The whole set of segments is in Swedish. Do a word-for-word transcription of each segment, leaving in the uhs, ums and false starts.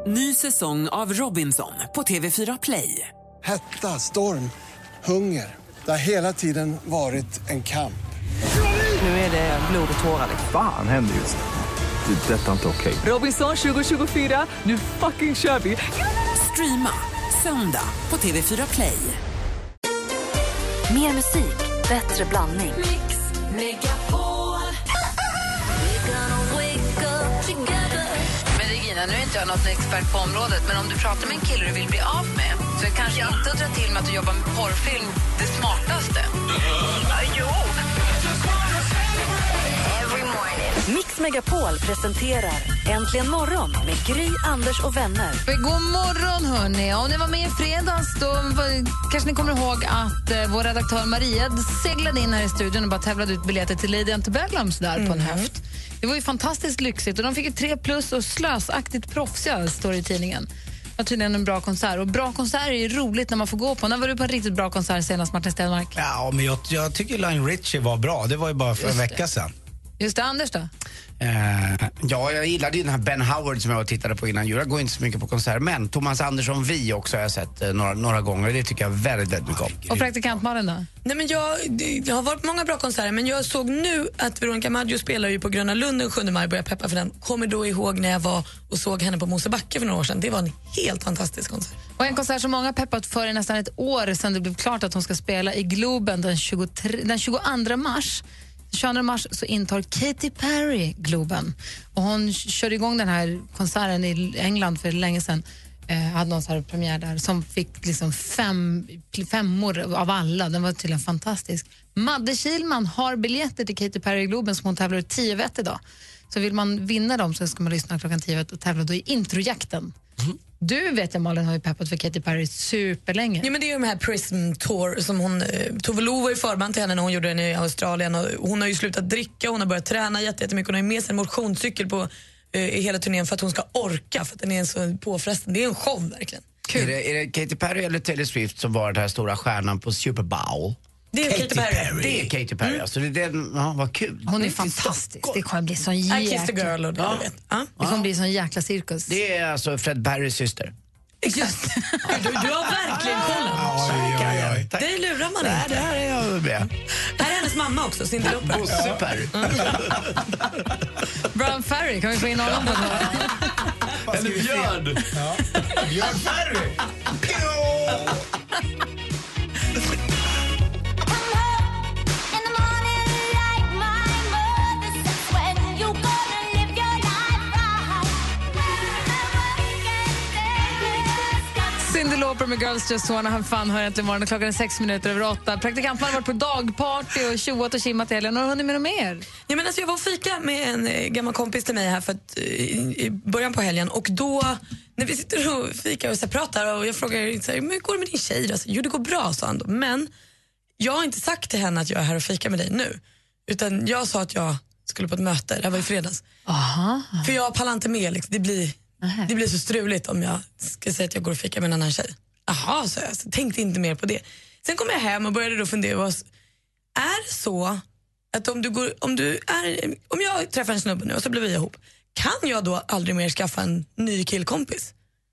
Ny säsong av Robinson på T V fyra Play. Hetta, storm, hunger. Det har hela tiden varit en kamp. Nu är det blod och tårar. Fan händer just det. Det är detta inte okej. Robinson tjugo tjugofyra, nu fucking kör vi. Streama söndag på T V fyra Play. Mer musik, bättre blandning. Mix Megapol. Men Regina, nu är inte jag något expert på området, men om du pratar med en kille du vill bli av med, så är kanske ja. inte att dra till med att du jobbar med porrfilm det smartaste. Ja, jo. Mix Megapol presenterar Äntligen morgon med Gry, Anders och vänner. God morgon hörni. Om ni var med i fredags då var, kanske ni kommer ihåg att eh, vår redaktör Maria seglade in här i studion och bara tävlade ut biljetter till Lady Antebellum där mm. på en höft. Det var ju fantastiskt lyxigt och de fick ett tre plus och slösaktigt proffsiga, står det i tidningen. Det var tydligen en bra konsert. Och bra konserter är ju roligt när man får gå på. När var du på en riktigt bra konsert senast, Martin Stenmark? Ja, men jag, jag tycker Lionel Richie var bra. Det var ju bara för Just en vecka det. sedan. Just det, Anders då? Uh, ja, jag gillade ju den här Ben Howard som jag tittade på innan. Jag går inte så mycket på konsert, men Thomas Andersson Vi också har jag sett uh, några, några gånger. Det tycker jag väldigt, väldigt mycket om. Och praktikantmannen då? Nej, men jag, jag har varit på många bra konserter, men jag såg nu att Veronica Maggio spelar ju på Gröna Lund den sjunde maj, börjar peppa för den. Kommer då ihåg när jag var och såg henne på Mosebacke för några år sedan. Det var en helt fantastisk konsert. Och en konsert som många peppat för i nästan ett år sedan det blev klart att hon ska spela i Globen den, tjugotre, den tjugoandra mars. Den tjugoandra mars så intar Katy Perry Globen. Och hon körde igång den här konserten i England för länge sedan. Eh, hade någon så här premiär där som fick liksom fem, femmor av alla. Den var tydligen fantastisk. Madde Kilman har biljetter till Katy Perry Globen som hon tävlar ut tio vet idag. Så vill man vinna dem så ska man lyssna klockan tio och tävla då i introjakten. Mm. Du vet jag, Malin, har ju peppat för Katy Perry superlänge. Ja, men det är ju de här Prism Tour som hon, Tove Lo var i förband till henne när hon gjorde den i Australien och hon har ju slutat dricka, hon har börjat träna jättemycket, hon har ju med sig en motionscykel på uh, i hela turnén för att hon ska orka, för att den är så påfrestande. Det är en show verkligen. Kul. Är det, är det Katy Perry eller Taylor Swift som var den här stora stjärnan på Super Bowl? Det är Katy, Katy Perry. Perry. Det är Katy Perry, mm. alltså det är den, ja, vad kul. Hon är fantastisk. Det kommer bli sån jäkla... I Kissed a Girl och det, ja. vet. Ja. Det kommer bli sån jäkla cirkus. Det är alltså Fred Perrys syster. Exakt. du, du har verkligen kollat. Oj, oj, oj. Det lurar man inte. Nej, det här är jag med. Det här är hennes mamma också, Cyndi Lauper. Bosse Perry. Brown Ferry, kan vi få in honom på det? Eller Björn. Ja. Björn Ferry. Cyndi Lauper med Girls Just Wanna Have Fun hör äntligen morgon. Klockan är sex minuter över åtta. Praktikantman har varit på dagparty och tjoat och kimmat i helgen. Har du hunnit med något mer? Ja, men alltså jag var och fika med en eh, gammal kompis till mig här för att, eh, i början på helgen. Och då, när vi sitter och fikar och så pratar och jag frågar så här, men hur går det med din tjej? Alltså, jo, det går bra, sa han då. Men jag har inte sagt till henne att jag är här och fikar med dig nu. Utan jag sa att jag skulle på ett möte. Det var i fredags. Aha. För jag pallar inte med. Liksom. Det blir... Det blir så struligt om jag ska säga att jag går och fikar med en annan tjej. Jaha, så jag så tänkte inte mer på det. Sen kom jag hem och började då fundera. Är det så att om du går, om du är, om jag träffar en snubbe nu och så blir vi ihop, kan jag då aldrig mer skaffa en ny killkompis?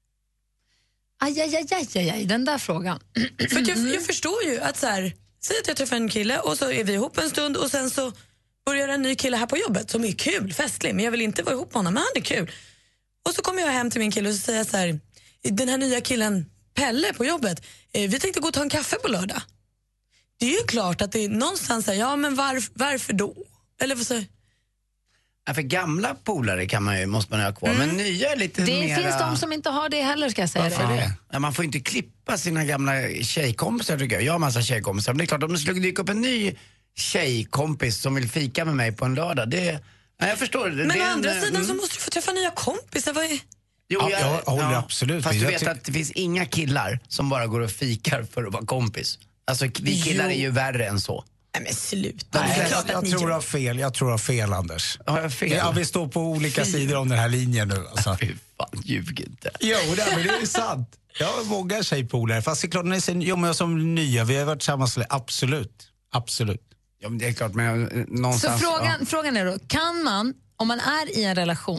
Aj, aj, aj, aj, aj, den där frågan. För att jag, jag förstår ju att så här, säg att jag träffar en kille och så är vi ihop en stund och sen så börjar en ny kille här på jobbet som är kul, festlig, men jag vill inte vara ihop med honom, men han är kul. Och så kommer jag hem till min kille och så säger jag så här, den här nya killen Pelle på jobbet, eh, vi tänkte gå och ta en kaffe på lördag. Det är ju klart att det är någonstans här, ja men varf, varför då? Eller vad säger? Ja, för gamla polare kan man ju, måste man ha kvar, mm. men nya är lite det mera... Det finns de som inte har det heller, ska jag säga. Varför det? det? Ja, man får inte klippa sina gamla tjejkompisar, tycker jag. Jag har en massa tjejkompisar, men det är klart, om det skulle dyka upp en ny tjejkompis som vill fika med mig på en lördag, det... Ja, jag förstår det. Men det å en, andra sidan mm. så måste du få träffa nya kompisar. Vad är... Jo, ja, jag, jag håller ja, absolut. Fast du jag vet ty- att det finns inga killar som bara går och fikar för att vara kompis. Alltså vi killar jo. är ju värre än så. Nej men sluta. Nej, det är jag, jag tror jag har fel, jag tror jag har fel, Anders. Har jag fel? Ja, vi står på olika Fy. sidor om den här linjen nu. Alltså. Fy fan, ljug inte. Jo, det, men det är sant. Jag har många tjejpolare, fast det är klart, när jag, jo, men jag som nya, vi har varit tillsammans, absolut, absolut. Ja, men det är klart, men någonstans... Så frågan, ja. frågan är då, kan man, om man är i en relation,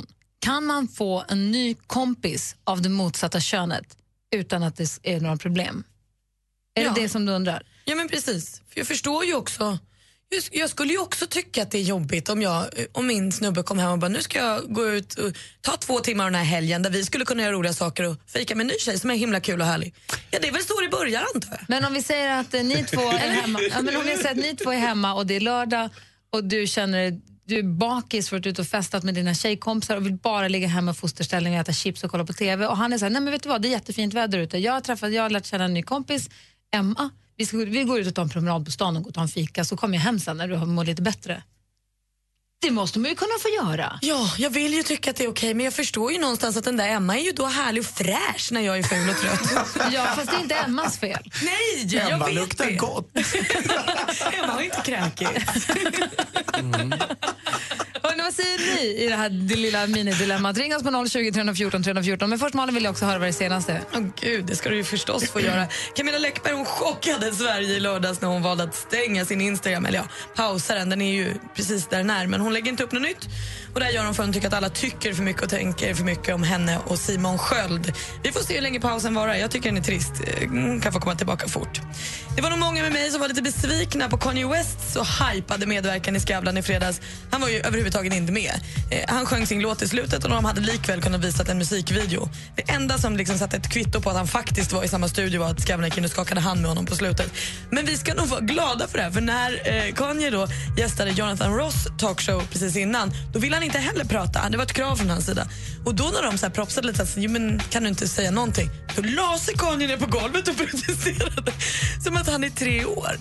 Kan man få en ny kompis av det motsatta könet utan att det är några problem? Är Ja. det det som du undrar? Ja, men precis. För jag förstår ju också... Jag, jag skulle ju också tycka att det är jobbigt om, jag, om min snubbe kom hem och bara, nu ska jag gå ut och ta två timmar den här helgen där vi skulle kunna göra roliga saker och fika med en ny tjej som är himla kul och härlig. Ja, det är väl så det börjar, antar jag. Men om vi säger att eh, ni två är hemma, ja, men om vi säger att ni två är hemma och det är lördag och du känner du är bakis för att du är ute och festat med dina tjejkompisar och vill bara ligga hemma i fosterställning och äta chips och kolla på tv, och han är så här, nej men vet du vad, det är jättefint väder ute. Jag har träffat, jag har lärt känna en ny kompis, Emma. Vi, ska, vi går ut och tar en promenad på stan och går och tar en fika, så kommer jag hem sen när du har mått lite bättre. Det måste man ju kunna få göra. Ja, jag vill ju tycka att det är okej, men jag förstår ju någonstans att den där Emma är ju då härlig och fräsch när jag är ful och trött. Ja, fast det är inte Emmas fel. Nej, jag Emma vet luktar det. gott. Emma har ju inte kräkigt. Mm. Hörrni, vad säger ni i det här lilla minidilemmat? Ring oss på noll tjugo, tre fjorton, tre fjorton. Men först Malin vill jag också höra vad det senaste. Åh oh, gud, det ska du ju förstås få göra. Camilla Läckberg, hon chockade Sverige i lördags när hon valde att stänga sin Instagram. Eller ja, pausa den, den är ju precis där den är. Men hon lägger inte upp något nytt. Och där gör hon för att hon tycker att alla tycker för mycket och tänker för mycket om henne och Simon Sköld. Vi får se hur länge pausen varar. Jag tycker den är trist. Hon kan få komma tillbaka fort. Det var nog många med mig som var lite besvikna på Kanye Wests så hypade medverkan i Skavlan i fredags. Han var ju överhuvudtaget inte med. Eh, han sjöng sin låt i slutet och de hade likväl kunnat visa en musikvideo. Det enda som liksom satte ett kvitto på att han faktiskt var i samma studio var att Skavlan gick in och skakade hand med honom på slutet. Men vi ska nog vara glada för det här, för när eh, Kanye då gästade Jonathan Ross talkshow precis innan, då ville han inte heller prata. Det var ett krav från hans sida. Och då när de så här propsade lite så, jo, men kan du inte säga någonting? Då la sig Kanye ner på golvet och protesterade. Som att han är tre år.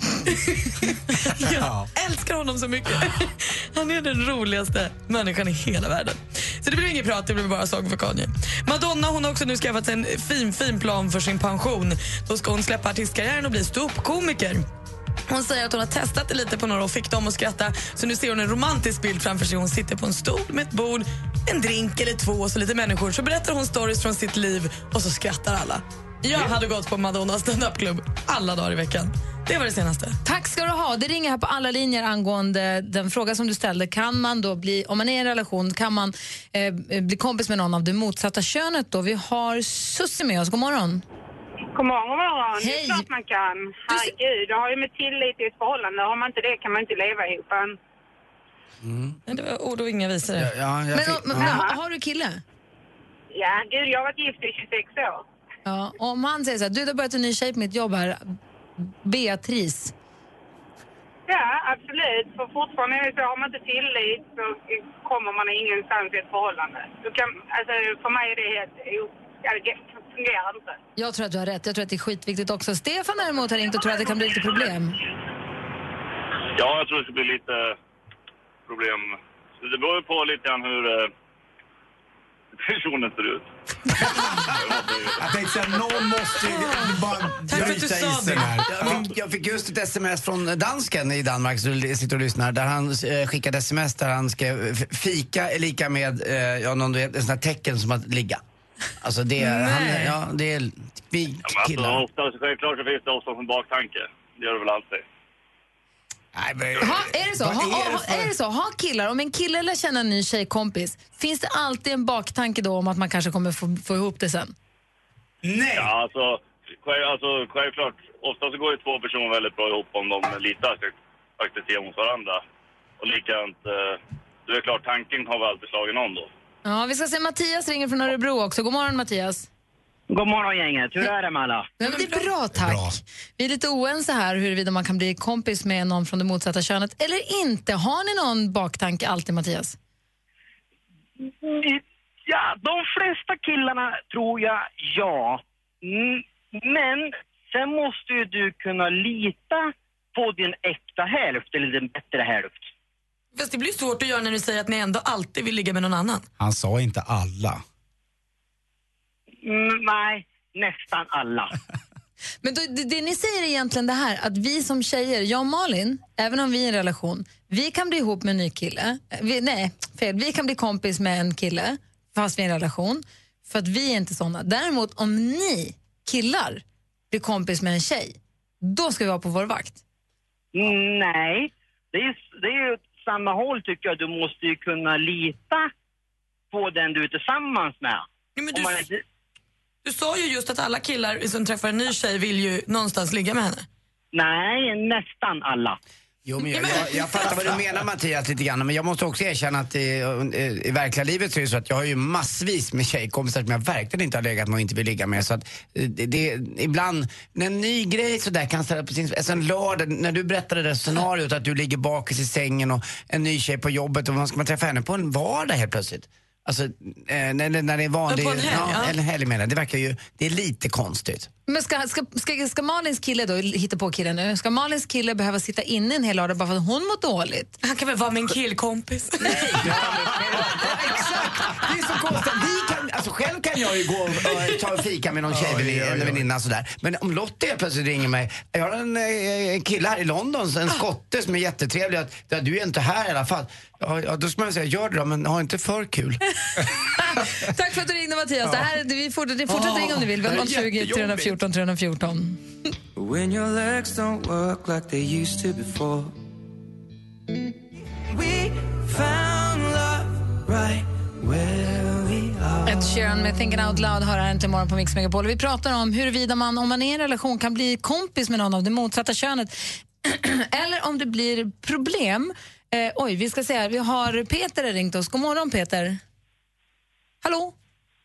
Jag älskar honom så mycket. Han är den roligaste människan i hela världen. Så det blir inget prat, det blir bara sång för Kanye. Madonna, hon har också nu skaffat en fin, fin plan för sin pension. Då ska hon släppa artistkarriären och bli ståuppkomiker. Hon säger att hon har testat det lite på några och fick dem att skratta. Så nu ser hon en romantisk bild framför sig. Hon sitter på en stol med ett bord, en drink eller två och så lite människor. Så berättar hon stories från sitt liv och så skrattar alla. Jag hade gått på Madonnas stand-up-klubb alla dagar i veckan. Det var det senaste. Tack ska du ha. Det ringer här på alla linjer angående den fråga som du ställde. Kan man då bli, om man är i en relation, kan man eh, bli kompis med någon av det motsatta könet då? Vi har Sussi med oss. God morgon. God morgon, god morgon. Hej. Det är klart man kan. Herregud, det har ju med tillit i ett förhållande. Har man inte det kan man inte leva ihop. Mm. Men det var ord och inga visor. Ja, ja, jag Men, fick- men, ja. har, har du kille? Ja, gud, jag har varit gift i tjugosex år. Ja, om han säger så här, du har börjat en ny tjej på mitt jobb här, Beatrice. Ja, absolut. För fortfarande är det så, har man inte tillit så kommer man ingenstans i ett förhållande. Du kan, alltså, för mig är det helt... Ja, det fungerar inte. Jag tror att du har rätt. Jag tror att det är skitviktigt också. Stefan däremot har ringt och tror att det kan bli lite problem. Ja, jag tror det ska bli lite problem. Så det beror ju på lite grann hur eh, personen ser ut. Jag tänkte säga, någon måste ju bara Tack för att du bryta sa isen det. här. Jag fick, jag fick just ett sms från dansken i Danmark, så du sitter och lyssnar, där han eh, skickade sms där han skrev f- fika är lika med eh, ja, någon, du vet, en sån här tecken som att ligga. Alltså det är, han, ja, det är vi Ja, men alltså, killar. ofta, så självklart så finns det ofta som baktanke. Det gör det väl alltid. Nej, men, Ha, är det så? vad Ha, är det ha, för- är det så? Ha killar, om en kille lär känna en ny tjejkompis, finns det alltid en baktanke då om att man kanske kommer få, få ihop det sen? Nej! Ja, alltså, själv, alltså självklart. Ofta så går ju två personer väldigt bra ihop om de litar faktiskt mot varandra. Och likadant, eh, det är klart, tanken har väl alltid slagit någon då. Ja, vi ska se, Mattias ringer från Örebro också. God morgon, Mattias. God morgon, gänget. Hur är det med alla? Ja, men det är bra, tack. Bra. Vi är lite oense här huruvida man kan bli kompis med någon från det motsatta könet eller inte. Har ni någon baktanke alltid, Mattias? Ja, de flesta killarna tror jag ja. Mm, men sen måste ju du kunna lita på din äkta hälft eller din bättre hälft. Fast det blir svårt att göra när du säger att ni ändå alltid vill ligga med någon annan. Han sa inte alla. Mm, nej, nästan alla. Men då, det, det ni säger är egentligen det här, att vi som tjejer, jag och Malin, även om vi är i en relation, vi kan bli ihop med en ny kille. Vi, nej, fel. Vi kan bli kompis med en kille fast vi är i en relation, för att vi är inte såna. Däremot om ni killar blir kompis med en tjej, då ska vi vara på vår vakt. Mm, nej, det är, det är ju åt samma håll tycker jag. Du måste ju kunna lita på den du är tillsammans med. Ja, men Om man du, inte... du sa ju just att alla killar som träffar en ny tjej vill ju någonstans ligga med henne. Nej, nästan alla. Jo, men jag, jag, jag fattar vad du menar, Mattias, lite grann. Men jag måste också erkänna att i, i, i verkliga livet så är det så att jag har ju massvis med tjejkompisar som jag verkligen inte har legat med och inte vill ligga med. Så att det, det ibland, när en ny grej så där kan ställa på sin... Alltså en lördag, när du berättade det scenariot att du ligger bak i sängen och en ny tjej på jobbet och man ska man träffa henne på en vardag helt plötsligt. Alltså, eh, när, när det är vanlig... På en helg, ja, ja. Eller helg menar. Det verkar ju... Det är lite konstigt. Men ska, ska, ska, ska Malins kille då, hitta på killen nu, ska Malins kille behöva sitta inne en hel lördag bara för att hon mår dåligt? Han kan väl vara min killkompis? Nej, ja, exakt. Det är så konstigt. Vi kan, alltså själv kan jag ju gå och, och ta en fika med någon tjej eller väninna sådär. Men om Lottie plötsligt ringer mig, jag har en eh, kille här i London, en skotte som är jättetrevlig, att ja, du är inte här i alla fall. Ja, ja, då ska man säga, gör det då, men ha inte för kul. Tack för att du ringde, Mattias. Det här, vi fortsätter, fortsätter ringa om du vill. Vi har noll tjugo, tre ett fyra, tre ett fyra. When your legs don't work like they used to before. We found love right where we are. Ed Sheeran med Thinking Out Loud hör här inte imorgon på Mix Megapol. Vi pratar om huruvida man, om man är i en relation, kan bli kompis med någon av det motsatta könet. Eller om det blir problem. Eh, oj, vi ska se här. Vi har Peter ringt oss. God morgon, Peter. Hallå?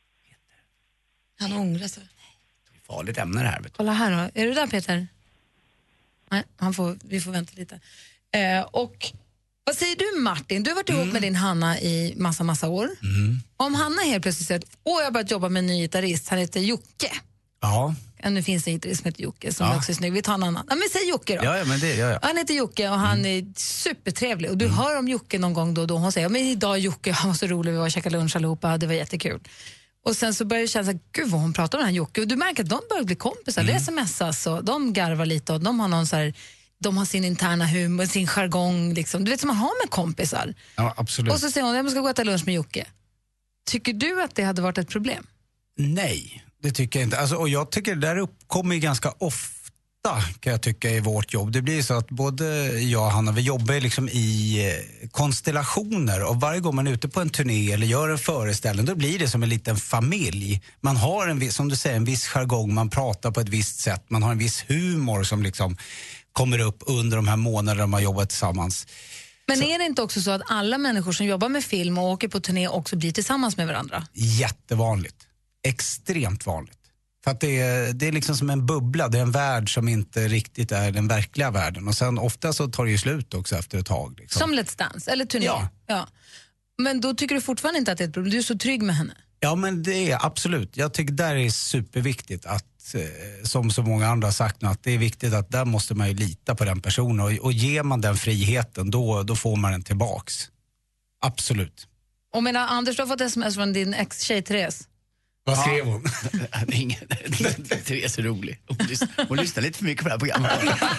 Han ångrar sig. Farligt ämne det här. Kolla här då. Är du där, Peter? Nej, han får, vi får vänta lite. Eh, och vad säger du, Martin? Du har varit ihop mm. med din Hanna i massa, massa år. Mm. Om Hanna helt plötsligt säger att åh, jag har börjat jobba med en ny gitarrist. Han heter Jocke. Ja. Ja, nu finns det en gitarrist som heter Jocke som ja. också är snygg. Vi tar en annan. Ja, men säg Jocke då. Ja, ja, men det gör jag. Han heter Jocke och han mm. är supertrevlig. Och du mm. hör om Jocke någon gång då och då. Hon säger, ja, men idag Jocke, han var så rolig, vi var och käkade lunch allihopa, det var jättekul. Och sen så börjar det kännas att gud vad hon pratar med den här Jocke. Och du märker att de börjar bli kompisar, mm. det smsas och de garvar lite och de har någon så här, de har sin interna humor, sin jargong liksom. Du vet som man har med kompisar. Ja, absolut. Och så säger hon, jag ska gå och äta lunch med Jocke. Tycker du att det hade varit ett problem? Nej, det tycker jag inte. Alltså, och jag tycker det där uppkommer ganska ofta, kan jag tycka, i vårt jobb. Det blir så att både jag och Hanna, vi jobbar liksom i konstellationer, och varje gång man är ute på en turné eller gör en föreställning, då blir det som en liten familj. Man har en viss, som du säger, en viss jargong, man pratar på ett visst sätt, man har en viss humor som liksom kommer upp under de här månaderna man jobbar tillsammans. Men så. Är det inte också så att alla människor som jobbar med film och åker på turné också blir tillsammans med varandra? Jättevanligt. Extremt vanligt. För att det är, det är liksom som en bubbla, det är en värld som inte riktigt är den verkliga världen. Och sen ofta så tar det ju slut också efter ett tag. Liksom. Som Let's Dance, eller turné? Ja. ja. Men då tycker du fortfarande inte att det är ett problem? Du är så trygg med henne? Ja, men det är absolut. Jag tycker där är superviktigt att, eh, som så många andra har sagt nu, att det är viktigt att där måste man ju lita på den personen. Och, och ger man den friheten, då, då får man den tillbaks. Absolut. Och menar, Anders, du har fått sms från din ex-tjej Therese? Vad skrev hon? Ingen. Therese är rolig. Hon lyssnar, hon lyssnar lite för mycket på det här programmet.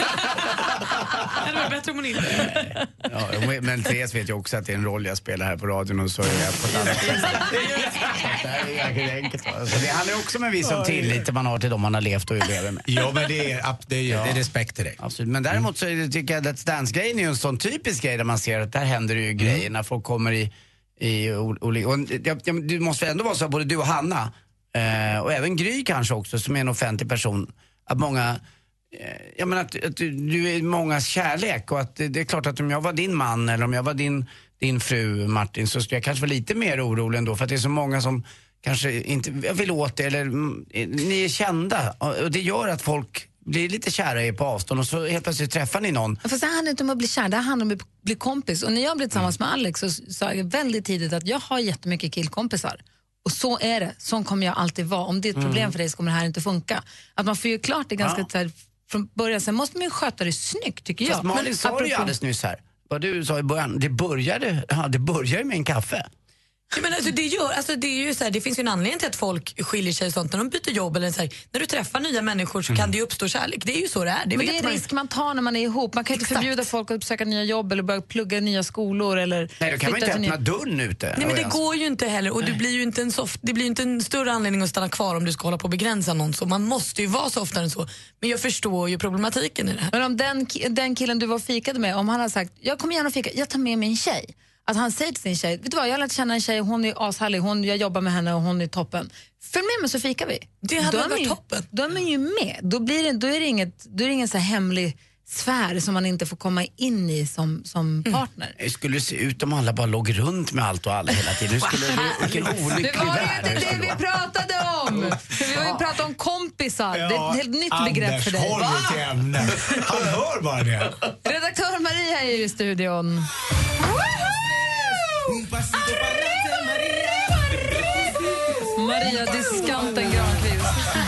Det var bättre om hon inte. Ja, men Therese vet ju också att det är en roll jag spelar här på radion, och så är jag på ett annat sätt. Det här är jäkligt enkelt. Så det handlar också om en viss tillit man har till dem man har levt och lever med. Ja, men det är, det är, ja. det är respekt till det. Absolut. Men däremot så tycker jag att Let's Dance-grejen är ju en sån typisk grej där man ser att där händer det ju mm. grejer när folk kommer i I olika, och jag, jag, det måste ändå vara så att både du och Hanna eh, och även Gry kanske också, som är en offentlig person, att många eh, jag menar att, att du, du är mångas kärlek, och att det, det är klart att om jag var din man eller om jag var din, din fru Martin, så skulle jag kanske vara lite mer orolig ändå, för att det är så många som kanske inte vill åt det, eller mm, ni är kända, och, och det gör att folk blir lite kära i på avstånd, och så helt plötsligt träffar ni någon. Fast det handlar inte om att bli kär, det handlar om att bli kompis. Och när jag blev tillsammans mm. med Alex så sa jag väldigt tidigt att jag har jättemycket killkompisar. Och så är det, så kommer jag alltid vara. Om det är ett problem mm. för dig så kommer det här inte funka. Att man får ju klart det ganska ja. här, från början. Sen måste man ju sköta det snyggt, tycker jag. Fast Malin men, sa apropå... det ju alldeles nyss här. Vad du sa i början, det började, ja, det började med en kaffe. Ja, men alltså, det, gör, alltså, det, är ju så här, det finns ju en anledning till att folk skiljer sig och sånt när de byter jobb. Eller så här, när du träffar nya människor så mm. kan det ju uppstå kärlek. Det är ju så det är. Det, men vet det är man. risk man tar när man är ihop. Man kan Exakt. inte förbjuda folk att söka nya jobb eller börja plugga nya skolor. Eller nej, då kan man inte öppna nya... dörren ute. Nej, men det går ju inte heller. Och det blir ju inte en, soft, det blir inte en större anledning att stanna kvar om du ska hålla på och begränsa någon. Så man måste ju vara så oftare än så. Men jag förstår ju problematiken i det här. Men om den, den killen du var fikade med, om han har sagt, jag kommer gärna fika, jag tar med mig en tjej. Att han säger till sin tjej, vet du vad, jag har lärt känna en tjej, hon är ashärlig, hon, jag jobbar med henne och hon är toppen. Följ med mig så fikar vi. Det hade då varit ju, toppen. Då är man ju med. Då, blir det, då är det inget, då är det ingen så här hemlig sfär som man inte får komma in i som, som partner. Hur skulle det se ut om alla bara låg runt med allt och alla hela tiden? Hur skulle det, vilken olycklig Det var värld ju det inte skulle det vi vara. pratade om. Vi har ju pratat om kompisar. Det är ett helt nytt Anders, begrepp för dig. håll dig till ämnet. Han hör bara det. Redaktör Maria är i studion. Maria Diskanten Granqvist.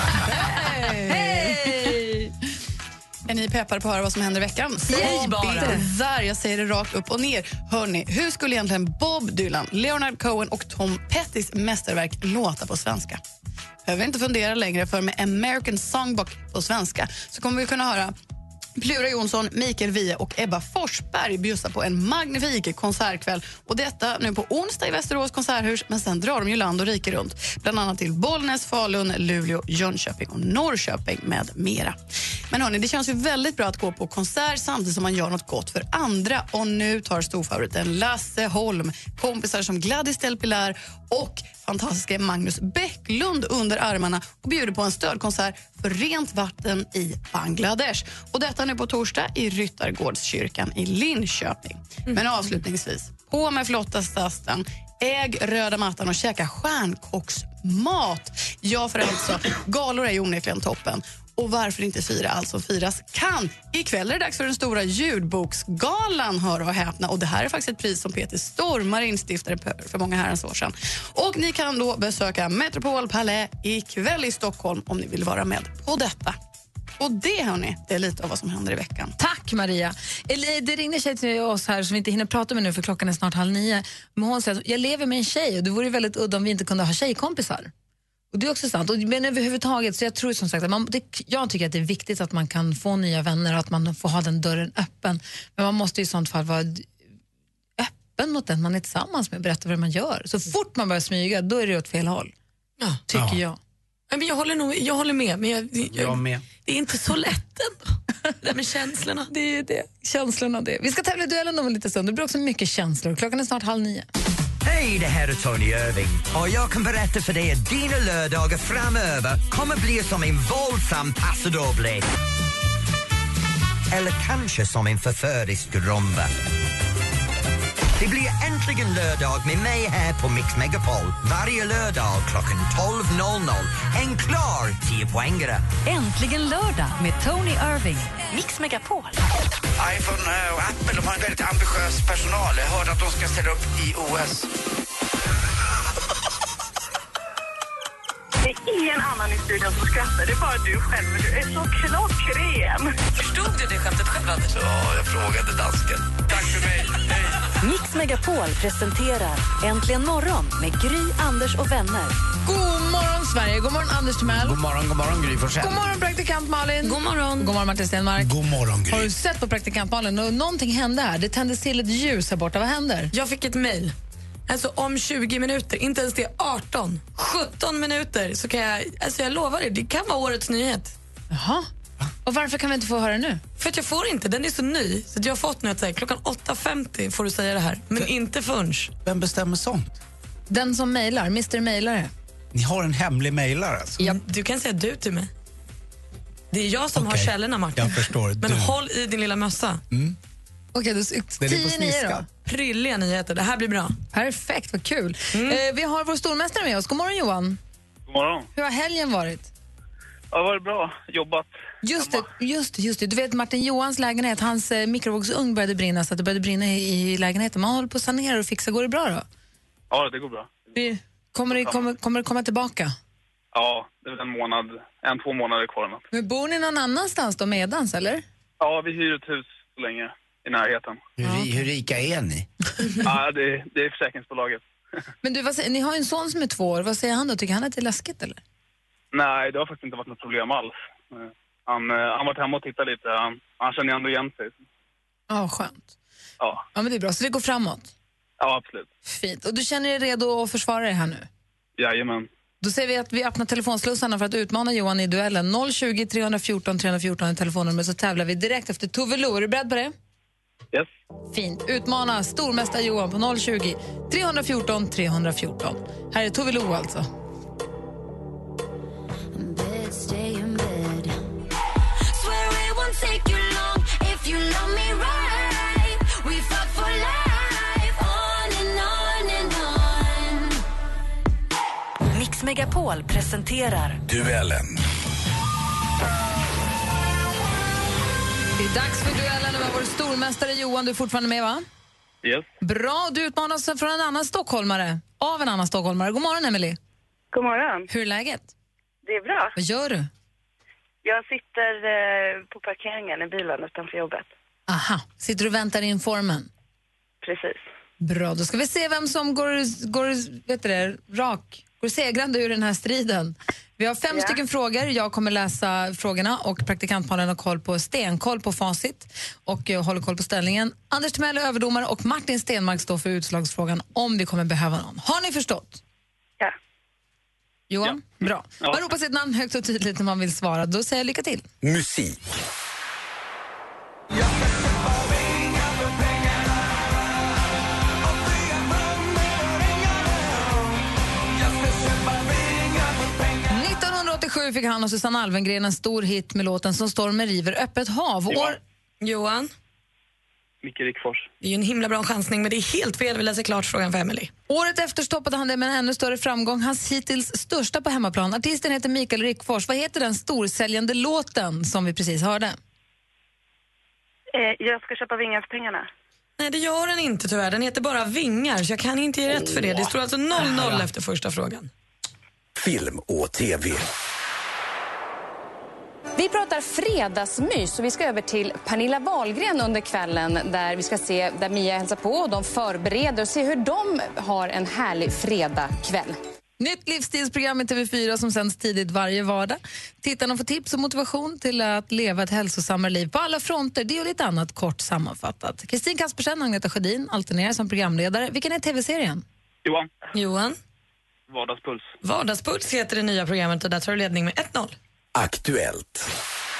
Hej! Är ni peppade på att höra vad som händer i veckan? Säg bara. Där, jag säger det rakt upp och ner. Hörrni, hur skulle egentligen Bob Dylan, Leonard Cohen och Tom Pettys mästerverk låta på svenska? Behöver inte fundera längre, för med American Songbook på svenska så kommer vi kunna höra Plura Jonsson, Mikael Wiehe och Ebba Forsberg bjussar på en magnifik konsertkväll. Och detta nu på onsdag i Västerås konserthus, men sen drar de ju land och rike runt. Bland annat till Bollnäs, Falun, Luleå, Jönköping och Norrköping med mera. Men hörni, det känns ju väldigt bra att gå på konsert samtidigt som man gör något gott för andra. Och nu tar storfavoriten Lasse Holm, kompisar som Gladys Del Pilar och fantastiska Magnus Bäcklund under armarna och bjuder på en stödkonsert för rent vatten i Bangladesh. Och detta nu på torsdag i Ryttargårdskyrkan i Linköping. Men avslutningsvis, på med flotta stasten, äg röda mattan och käka stjärnkocksmat. Ja, för alltså, galor är ju onekligen toppen. Och varför inte fira allt som firas kan? Ikväll är det dags för den stora ljudboksgalan, hör och häpna. Och det här är faktiskt ett pris som Peter Stormare instiftade för många herrans år sedan. Och ni kan då besöka Metropol Palais ikväll i Stockholm om ni vill vara med på detta. Och det, hörni, det är lite av vad som händer i veckan. Tack, Maria. Det ringde tjej till oss här som vi inte hinner prata med nu för klockan är snart halv nio. Men hon säger att jag lever med en tjej och det vore väldigt udda om vi inte kunde ha tjejkompisar. Och det är också sant. Och, men överhuvudtaget, så jag tror som sagt att man, det, jag tycker att det är viktigt att man kan få nya vänner och att man får ha den dörren öppen. Men man måste i sånt fall vara öppen mot den man är tillsammans med och berätta vad man gör. Så fort man börjar smyga, då är det åt fel håll. Ja. Tycker Ja. jag. Ja, men jag, håller nog, jag håller med, men jag, jag, Jag med. det är inte så lätt ändå. Det där med känslorna. Det är ju det. Känslorna det. Vi ska tävla i duellen om en liten stund. Det blir också mycket känslor. Klockan är snart halv nio. Hej, det här är Tony Irving och jag kan berätta för dig att dina lördagar framöver kommer bli som en våldsam passadoble. Eller kanske som en förförisk rumba. Det blir äntligen lördag med mig här på Mix Megapol. Varje lördag klockan tolv noll noll. En klar tio-poängare. Äntligen lördag med Tony Irving. Mix Megapol. iPhone och Apple, de har en väldigt ambitiös personal. Jag hörde att de ska ställa upp i O S. Det är ingen annan i studion som skrattar, det är bara du själv. Du är så klockren. Förstod du det skämtet själv, Anders? Ja, jag frågade dansken. Tack för mig. Hej. Mix Megapol presenterar Äntligen morgon med Gry, Anders och vänner. God morgon, Sverige. God morgon, Anders Timell. God morgon, god morgon, Gry Forssell. God morgon, praktikant Malin. God morgon. God morgon, Martin Stenmark. God morgon, Gry. Har du sett på praktikant Malin? Och någonting hände här. Det tändes till ett ljus här borta. Vad händer? Jag fick ett mejl. Alltså om tjugo minuter, inte ens det, arton, sjutton minuter så kan jag, alltså jag lovar er, det kan vara årets nyhet. Jaha. Och varför kan vi inte få höra nu? För att jag får inte, den är så ny. Så att jag har fått nu att säga, klockan åtta femtio får du säga det här. Men för, inte förrän. Vem bestämmer sånt? Den som mejlar, mister Mejlare. Ni har en hemlig mejlare alltså? Ja, du kan säga du till mig. Det är jag som okay. har källorna, Martin. Jag förstår. Men du. håll i din lilla mössa. Mm. Okej, då tio nio då. Prilliga nyheter, det här blir bra. Perfekt, vad kul. Mm. Eh, vi har vår stormästare med oss. God morgon, Johan. God morgon. Hur har helgen varit? Ja, det var bra. Jobbat. Just det, just det, just det. Du vet, Martin Johans lägenhet, hans eh, mikrovågsugn började brinna så att det började brinna i, i lägenheten. Man håller på att sanera och fixa. Går det bra då? Ja, det går bra. Vi, kommer, det, kommer, kommer det komma tillbaka? Ja, det är en månad, en, två månader kvar. Något. Men bor ni någon annanstans då medans, eller? Ja, vi hyr ett hus så länge i närheten. Hur, ja. hur rika är ni? Ja, det, det är försäkringsbolaget. Men du, vad säger, ni har en son som är två år. Vad säger han då? Tycker han att det är läskigt, eller? Nej, det har faktiskt inte varit något problem alls. Han har varit hemma och tittat lite. Han, han känner ändå igen sig. Ja, skönt. Ja. Ja, men det är bra. Så det går framåt? Ja, absolut. Fint. Och du känner dig redo att försvara dig här nu? Jajamän. Då säger vi att vi öppnar telefonslussarna för att utmana Johan i duellen. noll tjugo, tre fjorton, tre fjorton är telefonnummer, så tävlar vi direkt efter Tove Lo. Är du beredd på det? Yes. Fint. Utmana stormästare Johan på noll tjugo, tre ett fyra, tre ett fyra. Här är Tove Lo alltså. Mix Megapol presenterar Duellen. Det är dags för duellen med vår stormästare Johan. Du är fortfarande med, va? Yes. Bra, du utmanas från en annan stockholmare. Av en annan stockholmare. God morgon, Emily. God morgon. Hur är läget? Det är bra. Vad gör du? Jag sitter eh, på parkeringen i bilen utanför jobbet. Aha, sitter du och väntar in formen? Precis. Bra, då ska vi se vem som går, går vet du det, rak, går segrande ur den här striden. Vi har fem Ja. stycken frågor. Jag kommer läsa frågorna och praktikantpalen har koll på stenkoll på facit och jag håller koll på ställningen. Anders Timell är överdomare och Martin Stenmark står för utslagsfrågan om vi kommer behöva någon. Har ni förstått? Ja. Johan? Ja. Bra. Ja. Man ropar sitt namn högt och tydligt när man vill svara. Då säger jag lycka till. Musik. nittonhundraåttiosju fick han och Susanne Alvengren en stor hit med låten Som stormen river öppet hav. Johan. År... Johan? Micke Rickfors. Det är ju en himla bra chansning, men det är helt fel. Vi läser klart frågan för Emily. Året efter stoppade han det med en ännu större framgång. Hans hittills största på hemmaplan. Artisten heter Mikael Rickfors. Vad heter den storsäljande låten som vi precis hörde? Eh, jag ska köpa vingar för pengarna. Nej, det gör den inte tyvärr. Den heter bara Vingar, så jag kan inte ge rätt för det. Det står alltså noll noll efter första frågan. Film och tv. Vi pratar fredagsmys och vi ska över till Pernilla Wahlgren under kvällen där vi ska se där Mia hälsar på och de förbereder och se hur de har en härlig fredagkväll. Nytt livsstilsprogram i T V fyra som sänds tidigt varje vardag. Tittarna får tips och motivation till att leva ett hälsosammare liv på alla fronter. Det är lite annat kort sammanfattat. Kristin Kaspersen och Agneta Sjödin alternerar som programledare. Vilken är tv-serien? Johan. Johan? Vardagspuls. Vardagspuls heter det nya programmet och där tar du ledning med ett noll. Aktuellt.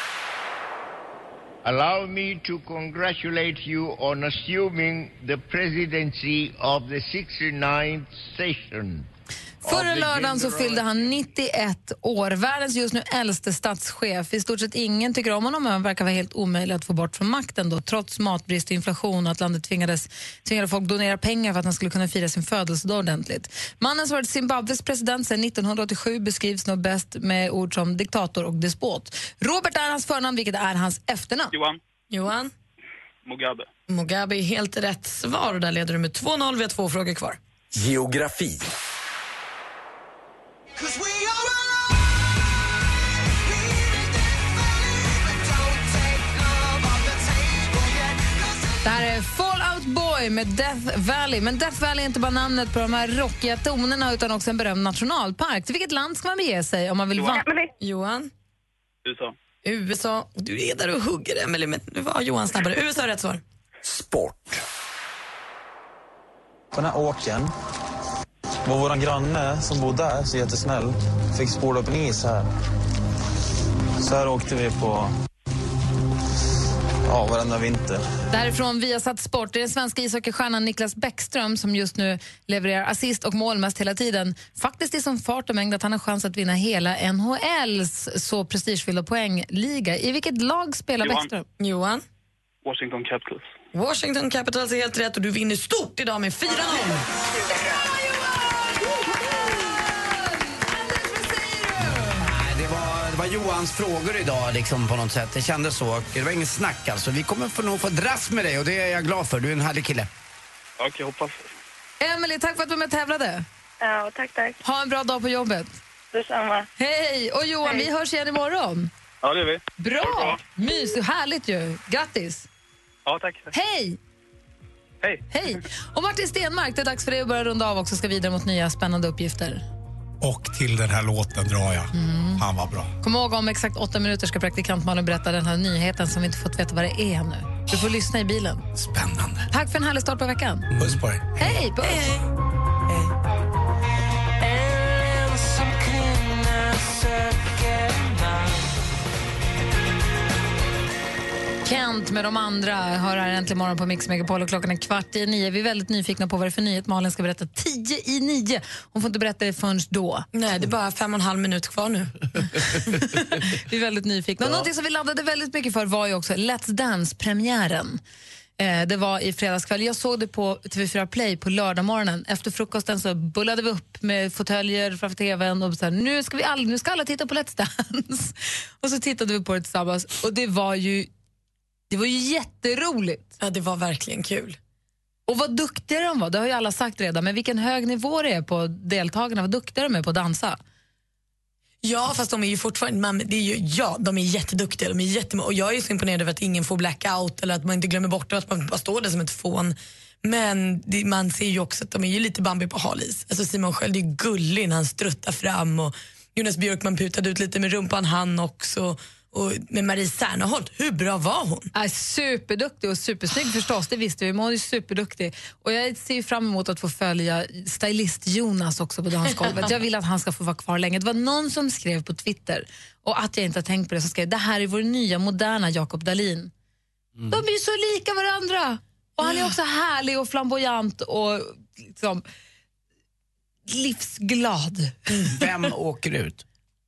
Allow me to congratulate you on assuming the presidency of the sixty-ninth session. Förra lördagen så fyllde han nittioett år. Världens just nu äldste statschef. I stort sett ingen tycker om honom, men han verkar vara helt omöjlig att få bort från makten då, trots matbrist och inflation och att landet tvingades, tvingade folk donera pengar för att han skulle kunna fira sin födelsedag ordentligt. Mannen som varit Zimbabwes president sedan nittonhundraåttiosju beskrivs nog bäst med ord som diktator och despot. Robert är hans förnamn, vilket är hans efternamn. Johan. Johan? Mugabe. Mugabe är helt rätt svar och där leder du med två noll. Vi har två frågor kvar. Geografi. Det här är Fall Out Boy med Death Valley. Men Death Valley är inte bara namnet på de här rockiga tonerna utan också en berömd nationalpark. Till vilket land ska man bege sig om man vill Johan. vara? Johan? U S A. U S A. Och du är där och hugger, Emily, men nu var Johan snabbare. U S A är rätt svar. Sport. På den här åken var våran granne som bodde där, så jättesnäll, fick spola upp en is här. Så här åkte vi på ja, varenda vinter. Därifrån Viasat Sport. Det är den svenska ishockeystjärnan Niklas Bäckström som just nu levererar assist och mål mest hela tiden. Faktiskt är som fart och mängd att han har chans att vinna hela N H L:s så prestigefyllda poängliga. I vilket lag spelar Johan. Bäckström? Johan? Washington Capitals. Washington Capitals är helt rätt och du vinner stort idag med fyra noll. Det var, det var Johans frågor idag liksom, på något sätt. Det kändes så. Det var ingen snack alltså. Vi kommer få nog få dras med dig och det är jag glad för. Du är en härlig kille. Okej, okay, hoppas. Emily, tack för att du var med och tävlade. Ja, tack, tack. Ha en bra dag på jobbet. Detsamma. Hej! Och Johan, Hej. vi hörs igen imorgon. Ja, det är vi. Bra! bra. Mys, härligt ju. Grattis! Ja, tack. Hej! Hej! Hej! Och Martin Stenmark, det är dags för dig att börja runda av också. Ska vidare mot nya spännande uppgifter. Och till den här låten drar jag. Mm. Han var bra. Kom ihåg, om exakt åtta minuter ska praktikant Malin berätta den här nyheten som vi inte fått veta vad det är ännu. Du får lyssna i bilen. Spännande. Tack för en härlig start på veckan. Puss på dig. Hej, puss! Hej. Voyant med de andra. Hör här äntligen morgon på Mix Megapol och klockan är kvart i nio. Vi är väldigt nyfikna på vad det är för nyhet. Malin ska berätta tio i nio. Hon får inte berätta det förrän då. Nej, det är bara fem och en halv minut kvar nu. Vi är väldigt nyfikna. Ja. Någonting som vi laddade väldigt mycket för var ju också Let's Dance-premiären. Eh, det var i fredagskväll. Jag såg det på T V fyra Play på lördagmorgonen. Efter frukosten så bullade vi upp med fåtöljer framför tvn och så här, nu ska vi alla, nu ska alla titta på Let's Dance. Och så tittade vi på det tillsammans och det var ju det var ju jätteroligt. Ja, det var verkligen kul. Och vad duktiga de var, det har ju alla sagt redan, men vilken hög nivå det är på deltagarna, vad duktiga de är på att dansa. Ja, fast de är ju fortfarande, man, det är ju, ja, de är jätteduktiga, de är jättem- och jag är så imponerad över att ingen får blackout eller att man inte glömmer bort det, att man bara står där som ett fån. Men det, man ser ju också att de är ju lite Bambi på halis. Alltså Simon Sköld är ju gullig när han struttar fram och Jonas Björkman putade ut lite med rumpan han också. Och med Marie Serneholt, hur bra var hon? Är superduktig och supersnygg förstås, det visste vi, men hon är superduktig. Och jag ser fram emot att få följa stylist Jonas också på dansgolvet. Jag vill att han ska få vara kvar länge. Det var någon som skrev på Twitter, och att jag inte har tänkt på det, som skrev, det här är vår nya moderna Jakob Dahlin. Mm. De är ju så lika varandra. Och han är också härlig och flamboyant och liksom livsglad. Vem åker ut?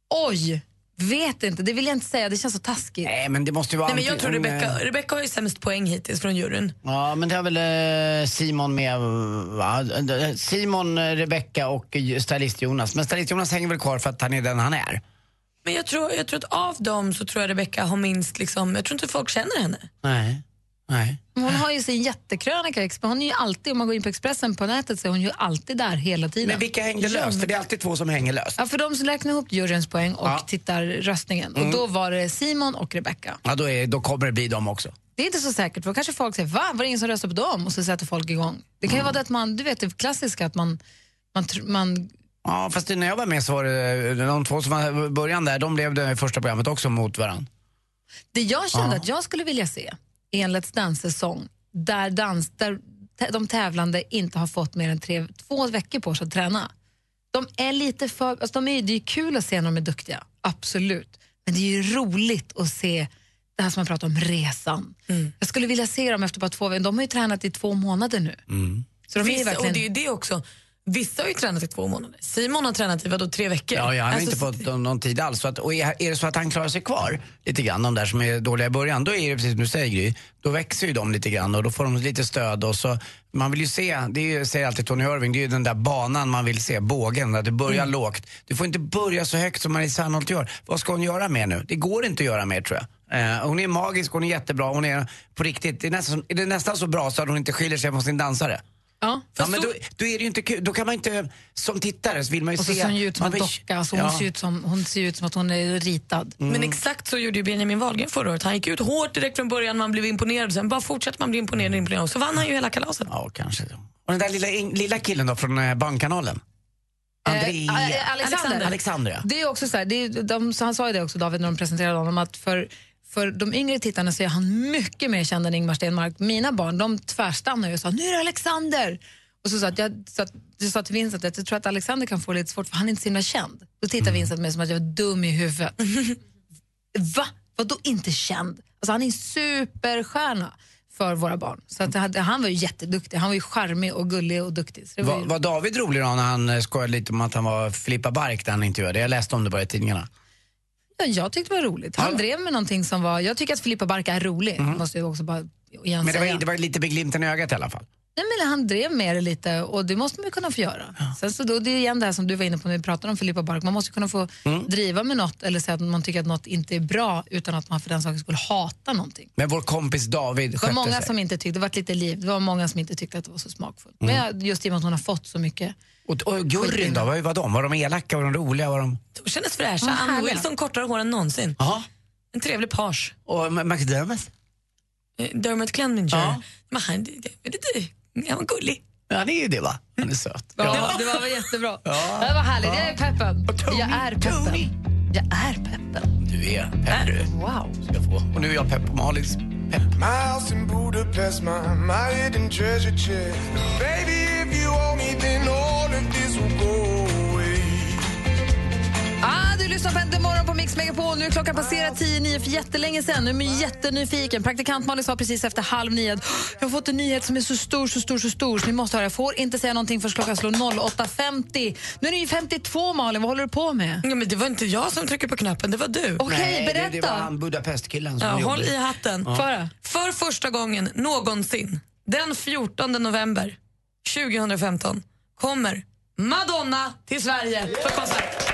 Oj! Vet inte, det vill jag inte säga, det känns så taskigt. Nej, men det måste ju vara... Nej, men jag tror Rebecca, Rebecca har ju sämst poäng hittills från juryn. Ja, men det har väl eh, Simon med, va? Simon, Rebecca och stylist Jonas. Men stylist Jonas hänger väl kvar för att han är den han är. Men jag tror, jag tror att av dem så tror jag Rebecca har minst liksom, jag tror inte folk känner henne. Nej. Nej. Hon har ju sin jättekrönika, hon är ju alltid, om man går in på Expressen på nätet så är hon ju alltid där hela tiden. Men vilka hängde löst? För det är alltid två som hänger löst. Ja, för de som räknar ihop juryns poäng och ja. tittar röstningen. Mm. Och då var det Simon och Rebecca. Ja, då, är, då kommer det bli dem också. Det är inte så säkert, för kanske folk säger, va? Var det ingen som röstar på dem? Och så sätter folk igång. Det kan ju mm. vara det att man, du vet det klassiska, att man, man, man ja, fast när jag var med så var det de två som var början där, de blev det första programmet också mot varandra. Det jag kände ja. att jag skulle vilja se är en Let's Dance-säsong där, dans, där de tävlande inte har fått mer än tre, två veckor på sig att träna. De är lite för, alltså de är, det är kul att se när de är duktiga, absolut. Men det är ju roligt att se det här som man pratar om, resan. Mm. Jag skulle vilja se dem efter bara två veckor. De har ju tränat i två månader nu. Mm. Så de Vissa, är verkligen... och det är ju det också. Vissa har ju tränat i två månader. Simon har tränat i vadå, tre veckor? Ja, jag har alltså, inte fått någon, någon tid alls. Så att, och är, är det så att han klarar sig kvar lite grann, de där som är dåliga i början, då är det precis som du säger, Gry, då växer ju de lite grann och då får de lite stöd. Och så, man vill ju se, det är ju, säger alltid Tony Irving, det är ju den där banan man vill se, bågen, där det börjar mm. lågt. Du får inte börja så högt som Marie Serneholt gör. Vad ska hon göra mer nu? Det går inte att göra mer, tror jag. Eh, hon är magisk, hon är jättebra, hon är på riktigt, det är nästan, är det nästan så bra så att hon inte skiljer sig från sin dansare. Ja, ja, men då, då är det ju inte kul. Då kan man inte, som tittare så vill man ju och se. Och så ser hon ju ut som en docka, alltså hon, ja. ser ut som, hon ser ut som att hon är ritad. Mm. Men exakt så gjorde ju Benjamin Wahlgren förra året. Han gick ut hårt direkt från början, man blev imponerad. Sen bara fortsatte man bli imponerad och imponerad. Så vann han ju hela kalaset. Ja, kanske. Och den där lilla, lilla killen då från eh, Barnkanalen? André... Eh, Alexander. Alexander, ja. Det är också så här, det är, de, så han sa ju det också, David, när de presenterade honom, att för För de yngre tittarna så är han mycket mer känd än Ingmar Stenmark. Mina barn, de tvärstannade och sa, nu är det Alexander. Och så sa att jag, så att, jag sa till Vincent att jag tror att Alexander kan få lite svårt, för han är inte så himla känd. Då tittar mm. Vincent med som att jag var dum i huvudet. Va? Vadå inte känd? Alltså han är en superstjärna för våra barn. Så att det, han var ju jätteduktig. Han var ju charmig och gullig och duktig. Så det var, var, ju... var David rolig då när han skojade lite om att han var Filippa Bark där han intervjuade? Jag läste om det bara i tidningarna. Ja, jag tyckte det var roligt. Han ja. drev med någonting som var... Jag tycker att Filippa Bark är rolig. Mm. Måste jag också bara igen Men det var, säga. det var lite beglimten i ögat i alla fall. Nej, men han drev med det lite och det måste man ju kunna få göra. Ja. Sen så då, det är igen det här som du var inne på när vi pratade om Filippa Bark. Man måste kunna få mm. driva med något eller säga att man tycker att något inte är bra utan att man för den saken skulle hata någonting. Men vår kompis David skötte sig. Det var många sig. som inte tyckte, det var lite liv. Det var många som inte tyckte att det var så smakfullt. Mm. Men jag, just i och med att hon har fått så mycket. Och, och juryn då, vad var de? Var de elaka, var de roliga? Var de... De kändes fräscha. Ja, Ann Wilson kortare hår än någonsin. Aha. En trevlig page. Och McDermott? Dermot Clemenger. Ja. Men han, det, det, det, han var gullig. Ja, han är ju det, va? Han är söt. Ja, ja. Det var jättebra. Ja. Det var härligt, jag är peppen. Tony, jag är peppen. Tony. Jag är peppen. Du är pepp, du. Wow. Ska få. Och nu är jag pepp på Malins pepp. My house in Budapest, my, my hidden treasure chest. Baby, if you owe me, then all of this will go away. Ah! Du lyssnar på Äntligen morgon på Mix Megapol. Nu är klockan passerat tio nio för jättelänge sedan. Nu är jag jättenyfiken. Praktikant Malin sa precis efter halv nio. Jag har fått en nyhet som är så stor, så stor, så stor. Så ni måste höra. Jag får inte säga någonting förrän klockan slår åtta femtio. Nu är det ju femtiotvå, Malin. Vad håller du på med? Ja, men det var inte jag som trycker på knappen, det var du. Okej, Nej, berätta. Det, det var han Budapestkillen som Ja, gjorde. håll i hatten. Ja. För, För första gången någonsin, den fjortonde november tjugohundrafemton, kommer Madonna till Sverige för konsert.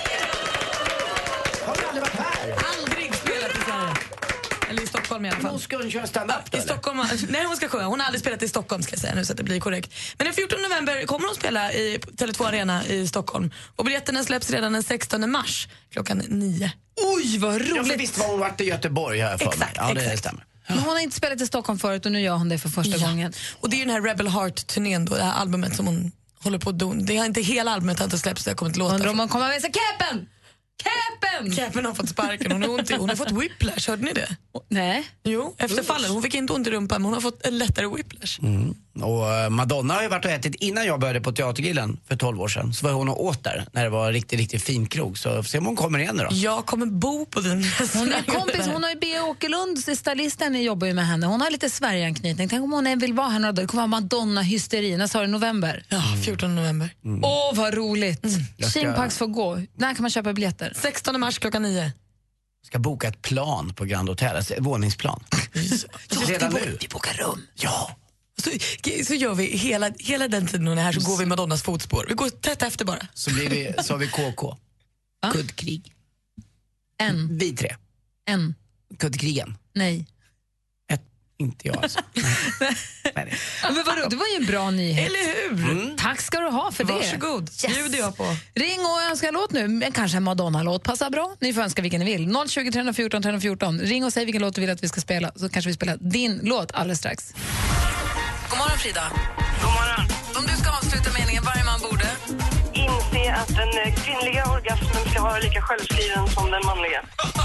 Har du aldrig varit här? Aldrig spelat i Sverige. Eller i Stockholm i alla fall. Hon ska köra stand-up då, I Stockholm, nej, hon ska sjunga. Hon har aldrig spelat i Stockholm, ska jag säga nu så att det blir korrekt. Men den fjortonde november kommer hon spela i Tele två Arena i Stockholm. Och biljetterna släpps redan den sextonde mars klockan nio. Oj, vad roligt. Ja, för visst var hon varit i Göteborg här för Exakt, mig. Ja, det exakt. stämmer. Men hon har inte spelat i Stockholm förut och nu gör hon det för första Ja. gången. Och det är ju den här Rebel Heart-turnén då, det här albumet som hon håller på att do. Det är inte hela albumet har inte släppts, det har kommit låtar. Undrar om man kommer med sig Capen! Capen! Capen har fått sparken, hon har, ont i, hon har fått whiplash, hörde ni det? Nej. Jo, efter fallen. Hon fick inte ont i rumpan men hon har fått en lättare whiplash. Mm. Och uh, Madonna har ju varit och ätit, innan jag började på Teatergrillen för tolv år sedan, så var hon och åt där när det var riktigt, riktigt fin krog. Så se om hon kommer igen nu då. Jag kommer bo på den Hon är kompis, hon har ju B. Åkerlund, stylisten, jobbar ju med henne. Hon har lite Sverigeanknytning. Tänk om hon än vill vara här några dagar. Det kommer vara Madonna-hysteri. När sa du november? Ja, fjortonde november. Åh, mm. oh, vad roligt. Mm. Jag ska- Chimpax får gå. När kan man köpa biljetter? sextonde mars klockan nio. Ska boka ett plan på Grand Hotel, alltså ett våningsplan. Ja, Redan vi, nu. vi bokar rum. Ja. Så, så gör vi hela, hela den tiden hon är här så går vi Madonnas fotspår. Vi går tätt efter bara. Så, blir vi, så har vi K K. Kuddkrig. En. Vi tre. En. Kuddkrigen. Nej. Inte jag alltså. Nej. Men vadå, det var ju en bra nyhet. Eller hur? Mm. Tack ska du ha för det. Varsågod. Yes. Bjuder jag på. Ring och önska en låt nu. Men kanske en Madonna-låt passar bra. Ni får önska vilken ni vill. noll tjugo, tre fjorton, tre fjorton. Ring och säg vilken låt du vill att vi ska spela. Så kanske vi spelar din låt alldeles strax. God morgon, Frida. God morgon. Om du ska avsluta meningen, varje man borde. Inse att den kvinnliga orgasmen ska vara lika självskriven som den manliga.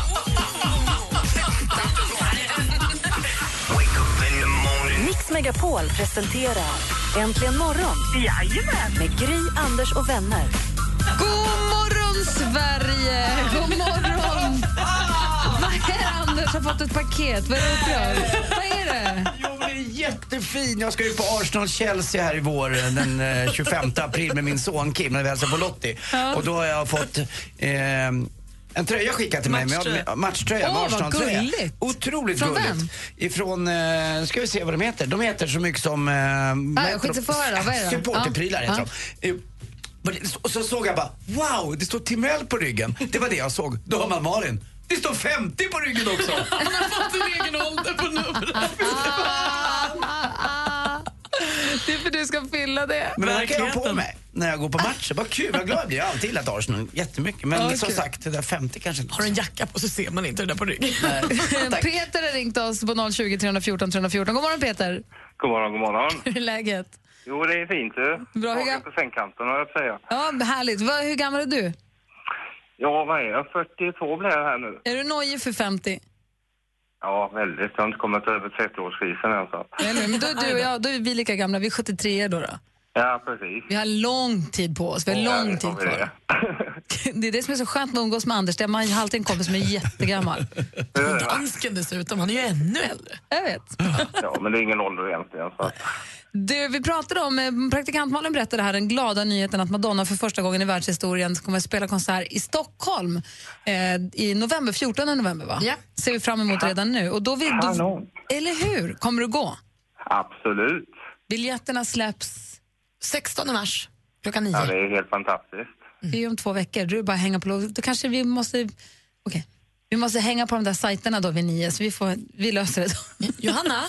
Mix Megapol presenterar Äntligen morgon. Jajamän. Med Gry, Anders och vänner. God morgon, Sverige! God morgon! Vad är det, Anders har fått ett paket? Vad är det upprörd? Vad är det? Jo, men det är jättefin. Jag ska ju på Arsenal-Chelsea här i vår den eh, tjugofemte april med min son Kim när vi hälsar på Lottie. Ja. Och då har jag fått eh, en tröja skickad till mig. Matchtröja. Med, matchtröja. Åh, med vad Arsenal-tröja. gulligt. Otroligt Från gulligt. Ifrån, eh, ska vi se vad de heter. De heter så mycket som... Eh, vad heter skit de? sig för då, vad är det? Supporterprylar Ja. heter de. Eh, Och så såg jag bara, wow, det står Timell på ryggen. Det var det jag såg. Då har man Malin. Det står femtio på ryggen också. Han har fått sin egen ålder på numret. Det är för du ska fylla det. Men det här kan jag ha på Verkligheten. mig när jag går på matcher. Vad kul, vad glad jag blir. Jag har alltid gillat Arsenal jättemycket. Men Ja, som kul. sagt, det där femtio kanske inte. Har du en jacka på så ser man inte det där på ryggen. Tack. Peter har ringt oss på noll tjugo, tre fjorton, tre fjorton. God morgon, Peter. God morgon, god morgon. Hur är läget? Jo, det är fint du. Bra, hur Tagen gam- på sängkanten, har jag att säga. Ja, härligt. Vad, hur gammal är du? Ja, vad är jag? fyrtiotvå blir jag här nu. Är du nojig för femtio? Ja, väldigt. Jag har inte kommit över trettio-årskrisen än. Så. Eller, men då är du och jag, då är vi lika gamla. Vi är sjuttiotre då. då. Ja, precis. Vi har lång tid på oss. Vi har lång tid har vi kvar. Det är det som är så skönt med att umgås med Anders. Det är man har alltid en kompis som är jättegammal. Dansken dessutom, han är ju ännu äldre. Jag vet. Ja, men det är ingen ålder egentligen. Så. Du, vi pratade om, eh, praktikant Malin berättade här den glada nyheten att Madonna för första gången i världshistorien kommer att spela konsert i Stockholm eh, i november, fjortonde november va? Ja. Ser vi fram emot redan nu. Och då vill du, Kanon. eller hur? Kommer du gå? Absolut. Biljetterna släpps, sextonde mars klockan nio. Ja, det är helt fantastiskt. det är ju om två veckor. Du är bara hänga på lov. Då kanske vi måste, okej. Vi måste hänga på de där sajterna då vid nio, så vi, får, vi löser det då. Johanna?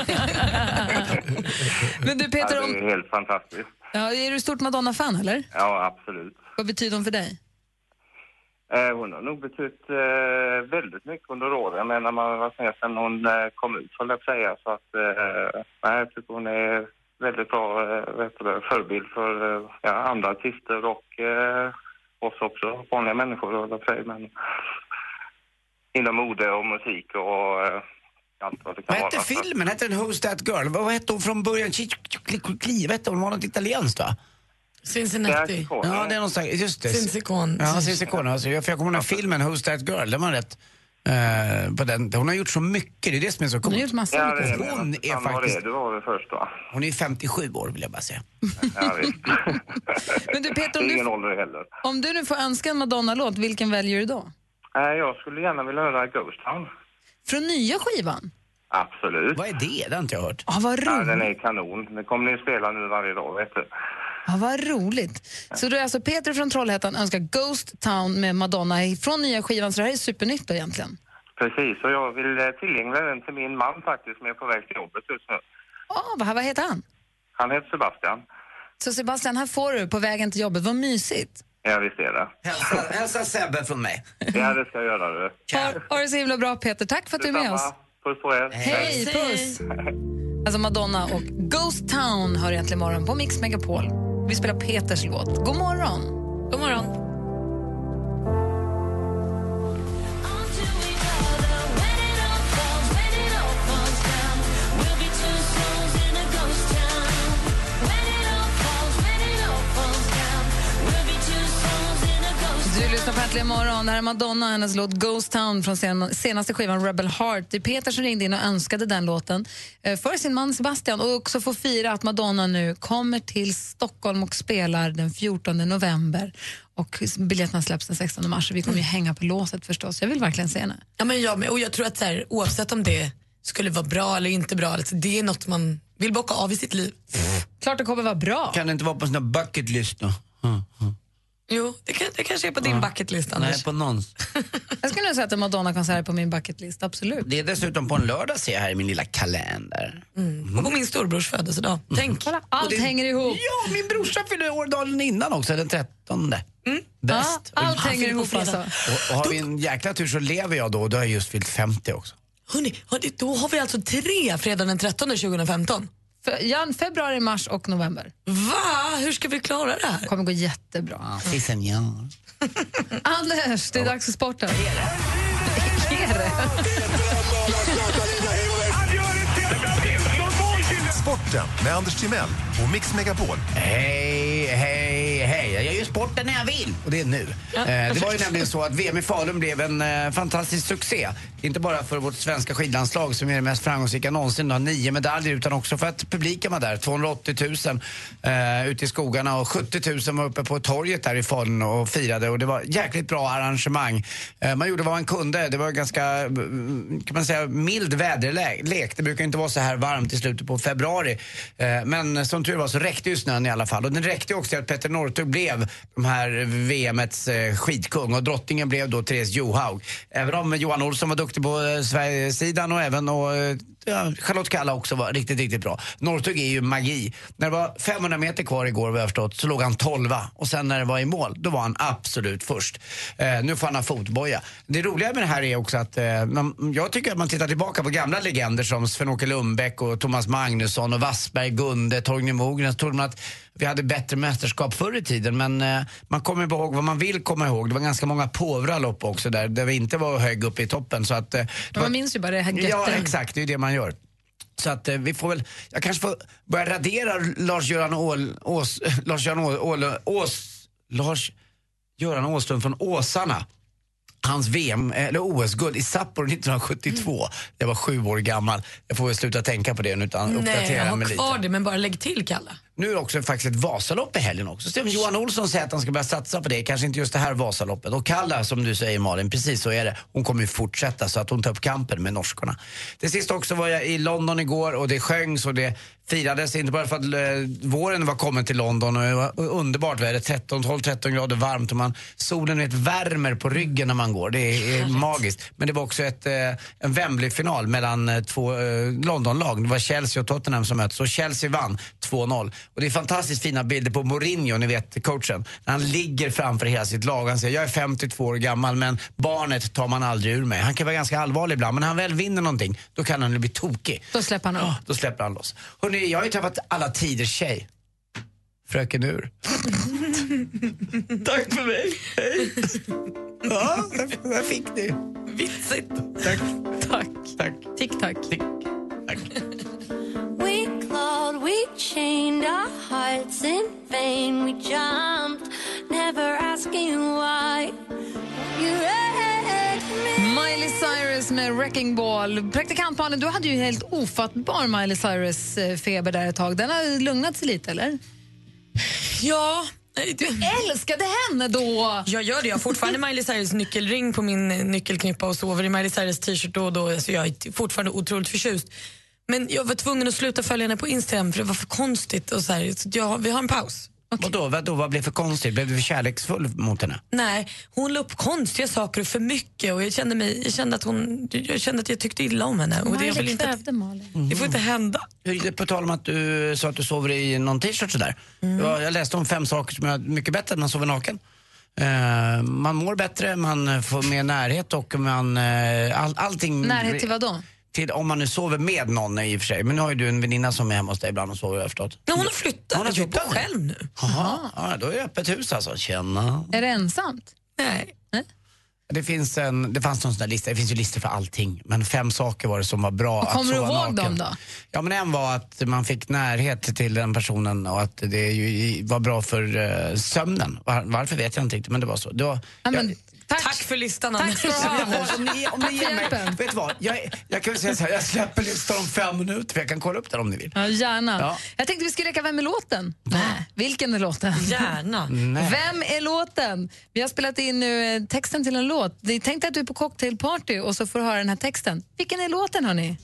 Men du Peter, Ja, det om, är helt fantastiskt. ja, är du stort Madonna-fan eller? Ja, absolut. Vad betyder hon för dig? Eh, hon har nog betytt eh, väldigt mycket under åren. Men när man har varit med sedan hon eh, kom ut, så lätt säga. Så att, eh, nej, jag tycker hon är väldigt bra eh, vet du, förebild för eh, ja, andra artister och eh, oss också, vanliga människor. Lätt säga, men inom mode och musik och eh, allt vad det kan Vad vara. hette filmen? Hette den Who's That Girl? Vad hette hon från början? Vad hette hon? Var något italienskt va? Cincinnati. Ja, det är någonstans, just det. Cinzicon. Ja, Cinzicon. Alltså, jag, jag kommer ihåg den här filmen Who's That Girl, det var rätt. Uh, på den. Hon har gjort så mycket, det är det som är så coolt. Hon har gjort massor Ja, av det är mycket. det. Hon är Fan, vad faktiskt... det var det först va? Hon är femtiosju år vill jag bara säga. Ja, visst. Men du Peter, om Ingen du, ålder heller. om du nu får önska en Madonna-låt, vilken väljer du då? Nej, jag skulle gärna vilja höra Ghost Town. Från nya skivan? Absolut. Vad är det? Det har inte jag hört. Ja, vad Ja, roligt. den är kanon. Den kommer ni spela nu varje dag, vet du. Ja, vad roligt. Så då är alltså Peter från Trollhättan önskar Ghost Town med Madonna från nya skivan, så det här är supernytt då egentligen. Precis, och jag vill eh, tillgängliga den till min man faktiskt som är på väg till jobbet just nu. Ja, vad, vad heter han? Han heter Sebastian. Så Sebastian, här får du på vägen till jobbet. Vad mysigt. Ja, visst är det. Hälsa, hälsa Sebbe från mig. Ja, det ska jag göra du. Ha, ha det så himla bra Peter. Tack för att du är med oss. Puss på er. Hej, puss. Alltså Madonna och Ghost Town hör egentligen imorgon på Mix Megapol. Vi spelar Peters låt. God morgon. God morgon. Du lyssnar på Äntligen morgon. Det här är Madonna, hennes låt Ghost Town från sen, senaste skivan Rebel Heart. Det är Peter som ringde in och önskade den låten eh, för sin man Sebastian, och också få fira att Madonna nu kommer till Stockholm och spelar den fjortonde november. Och biljetterna släpps den sextonde mars. Vi kommer ju hänga på låset förstås. Jag vill verkligen se henne. Ja, men jag, och jag tror att så här, oavsett om det skulle vara bra eller inte bra, alltså, det är något man vill bocka av i sitt liv. Klart det kommer vara bra. Kan det inte vara på sån här bucket list då? Mm, mm. Jo, det, kan, det kanske är på din Ja. bucketlist, Anders. Nej, på någon. Jag skulle nog säga att en Madonna-konsert är på min bucketlist, absolut. Det är dessutom på en lördag, ser jag här i min lilla kalender. Mm. Och på min storbrors födelsedag. Tänk. Kolla, allt det- hänger ihop. Ja, min brorsa fyllde år dagen innan också, den trettonde. Mm. Bäst. Ja, allt och, hänger ihop alltså. och, och har vi en jäkla tur så lever jag då, och då har jag just fyllt femtio också. Hörrni, hörni, då har vi alltså tre fredag den trettonde tjugohundrafemton. För, jan, februari, mars och november. Va? Hur ska vi klara det här? Det kommer gå jättebra. Ja, si senor. Anders, det är dags för sporten. Är det? Är det? Sporten med Anders Timell och Mix Megapol. Hej, hej, hej. Jag gör ju sporten när jag vill. Och det är nu. Ja. Eh, det var ju nämligen så att V M i Falun blev en eh, fantastisk succé. Inte bara för vårt svenska skidlandslag som är det mest framgångsrika någonsin och har nio medaljer, utan också för att publiken var där. tvåhundraåttio tusen eh, ute i skogarna och sjuttio tusen var uppe på torget där i Falun och firade. Och det var jäkligt bra arrangemang. Eh, man gjorde vad man kunde. Det var ganska, kan man säga, mild väderlek. Det brukar inte vara så här varmt i slutet på februari. Eh, men som tur var så räckte ju snön i alla fall. Och den räckte också att Petter Northug blev de här V M:ets eh, skidkung. Och drottningen blev då Therese Johaug. Även om Johan Olsson var duktig på eh, Sverigesidan och även och, eh, ja, Charlotte Kalla också var riktigt, riktigt bra. Northug är ju magi. När det var femhundra meter kvar igår, vad jag förstått, så låg han tolva. Och sen när det var i mål, då var han absolut först. Eh, nu får han ha fotboja. Det roliga med det här är också att eh, man, jag tycker att man tittar tillbaka på gamla legender som Sven-Åke Lundbäck och Thomas Magnusson och Wassberg, Gunde, Torgny Mogren. Så trodde man att vi hade bättre mästerskap förr i tiden, men eh, man kommer ihåg vad man vill komma ihåg. Det var ganska många påvra lopp också där, där vi inte var hög upp i toppen. Så att, eh, det var, Man minns ju bara det här götten. ja, exakt, det är det man gör. Så att eh, vi får väl, jag kanske får börja radera Lars-Göran Ål, Ås, Lars-Göran Ål, Ål, Ås, Lars-Göran Åslund från Åsarna. Hans V M, eller O S-guld i Sapporo nittonhundrasjuttiotvå. Mm. Jag var sju år gammal. Jag får väl sluta tänka på det nu utan uppdatera Nej, mig ha kvar lite. det, men bara lägg till, Kalle. Nu är det också faktiskt ett Vasalopp i helgen också. Så Johan Olsson säger att han ska börja satsa på det. Kanske inte just det här Vasaloppet. Och Kalla, som du säger Malin, precis så är det. Hon kommer ju fortsätta så att hon tar upp kampen med norskorna. Till sist också var jag i London igår och det sjöngs och det firades. Inte bara för att eh, våren var kommen till London och det var underbart väder. tretton, tolv, tretton grader varmt och man, solen vet, värmer på ryggen när man går. Det är, är magiskt. Men det var också ett, eh, en Wembley-final mellan eh, två eh, London-lag. Det var Chelsea och Tottenham som möttes. Så Chelsea vann två noll. Och det är fantastiskt fina bilder på Mourinho, ni vet, coachen. När han ligger framför hela sitt lag. Han säger, jag är femtiotvå år gammal men barnet tar man aldrig ur mig. Han kan vara ganska allvarlig ibland, men när han väl vinner någonting, då kan han bli tokig. Då släpper han av. Ja, då släpper han loss. Hörrni, jag har ju träffat alla tiders tjej. Fröken Ur. Tack för mig. Hej. Ja, där fick ni. Vitsigt. Tack. Tack. Tack. Tick-tack. Tack. We clawed, we chained our hearts in vain. We Cyrus med Wrecking Ball. Praktikant Malin, du hade ju helt ofattbar Miley Cyrus-feber där ett tag. Den har lugnat sig lite, eller? Ja. Du älskade henne då! Jag gör det. Jag har fortfarande Miley Cyrus nyckelring på min nyckelknippa och sover i Miley Cyrus t-shirt då och då. Så jag är fortfarande otroligt förtjust. Men jag var tvungen att sluta följa henne på Instagram för det var för konstigt. Och så här, så jag, vi har en paus. Okay. Vadå, vadå, vad blev för konstigt? Blev du för kärleksfull mot henne? Nej, hon la upp konstiga saker och för mycket. Och jag kände, mig, jag kände, att, hon, jag, kände att jag tyckte illa om henne. Och det, jag vill inte att, mm. det får inte hända. Hur, på tal om att du sa att du sover i någon t-shirt sådär. Mm. Jag, jag läste om fem saker som är mycket bättre än man sover naken. Uh, man mår bättre, man får mer närhet och man... Uh, all, allting... Närhet till vad då? Till om man nu sover med någon i och för sig. Men nu har ju du en väninna som är hemma hos dig ibland och sover, jag förstått. Ja, hon har flyttat. Hon har flyttat själv nu. Jaha, ja, då är det öppet hus alltså. Känna. Är det ensamt? Nej. Nej. Det, finns en, det fanns någon sån där lista, det finns ju listor för allting. Men fem saker var det som var bra och att kommer sova du ihåg naken. dem då? Ja, men en var att man fick närhet till den personen och att det ju var bra för uh, sömnen. Var, varför vet jag inte riktigt, men det var så. Det var, ja, men, jag, tack. tack för listan, Tack för Anders. Om ni, om ni ger mig, vet du vad? Jag, jag kan väl säga så här, jag släpper listan om fem minuter för jag kan kolla upp den om ni vill. Ja, gärna. Ja. Jag tänkte vi skulle leka Vem är låten? Nej. Vilken är låten? Gärna. Nej. Vem är låten? Vi har spelat in nu texten till en låt. Det är tänkt att du är på cocktailparty och så får du höra den här texten. Vilken är låten, hörni?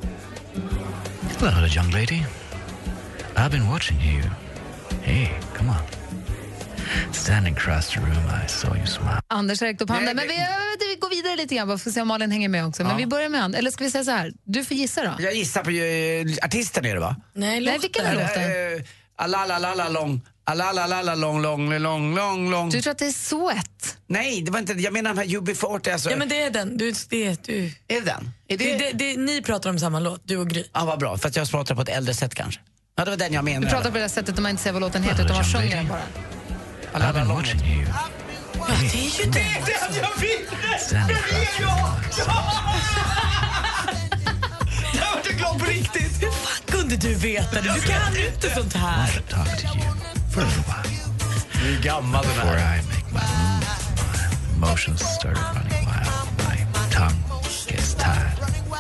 Hello, young lady. I've been watching you. Hey, come on. Standing across the room, I saw you smile. Anders har räckt upp handen, men vi, vi går vidare lite grann bara för att se om Malin hänger med också. Men ja. Vi börjar med Anders. Eller ska vi säga så här, du får gissa då. Jag gissar på uh, artisten är det va? Nej, Nej vilken är låten? Uh, Alalalala lång, alalalala lång, lång, lång, lång, lång. Du tror att det är Sweat? Nej, det var inte, jag menar den här U B forty alltså. Ja men det är den, du, det, du. Är det den? Är det... Det, det, det, ni pratar om samma låt, du och Gry. Ja, vad bra, för att jag pratar på ett äldre sätt kanske. Ja, det var den jag menade. Du pratar på det sättet att man inte säger vad låten heter utan man sjunger den bara. I've been watching you. Ja, det är ju det. Det är den jag vill! Standing across the room. Jag var inte glad på riktigt. Hur fan kunde du veta det? Du kan ju inte sånt här. I want to talk to you for a little while. Du är gammal den Before här. I make my move, my emotions start running wild. My tongue gets tired.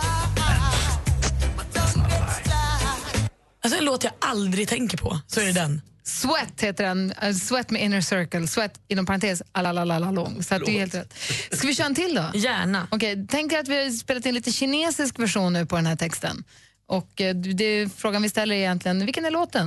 And that's not a lie. Alltså en låt jag aldrig tänker på, så är det den. Sweat heter den. Uh, Sweat med Inner Circle. Sweat inom parentes, alalalala lång. Så att det är helt rätt. Ska vi köra en till då? Gärna. Okej, okay, tänk att vi har spelat in lite kinesisk version nu på den här texten. Och uh, det är frågan vi ställer egentligen, vilken är låten?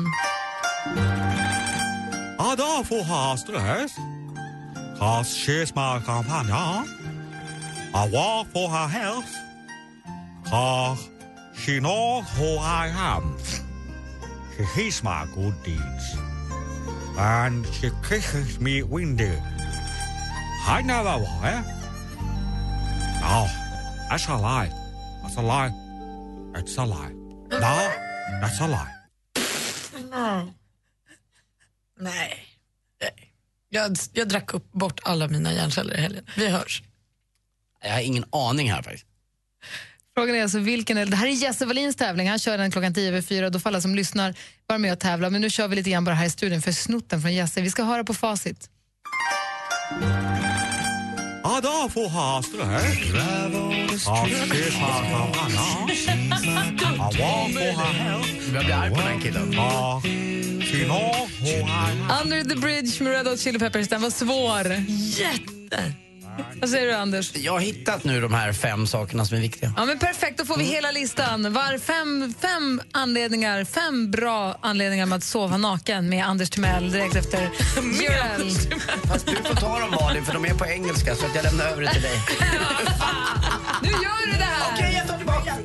Ada får ha stress. Has ses med kampanjan. Awa får ha hälls. Har kinor har I am. She hears my good deeds. And she kisses me windy. I never were. No, that's a lie. That's a lie. It's a lie. No, that's a lie. Mm. Nej. Nej. Jag, jag drack upp bort alla mina hjärnceller i helgen. Vi hörs. Jag har ingen aning här faktiskt. Frågan är alltså vilken är, det här är Jesse Wallins tävling. Han kör den klockan tio över fyra. Då får alla som lyssnar vara med och tävla. Men nu kör vi lite grann bara här i studion för snotten från Jesse. Vi ska höra på facit. Ada får ha stress. Har ses med kampanjan. Awa får ha hälls. Jag blir arg på den här killen. Under the Bridge med Red Hot Chili Peppers. Den var svår. Jätte. Vad säger du, Anders? Jag har hittat nu de här fem sakerna som är viktiga. Ja, men perfekt, då får vi hela listan. Var fem, fem anledningar, fem bra anledningar med att sova naken med Anders Timell direkt efter Jurel. Fast du får ta dem, Malin, för de är på engelska så att jag lämnar över det till dig. Nu gör du det här! Okej, jag tar tillbaka.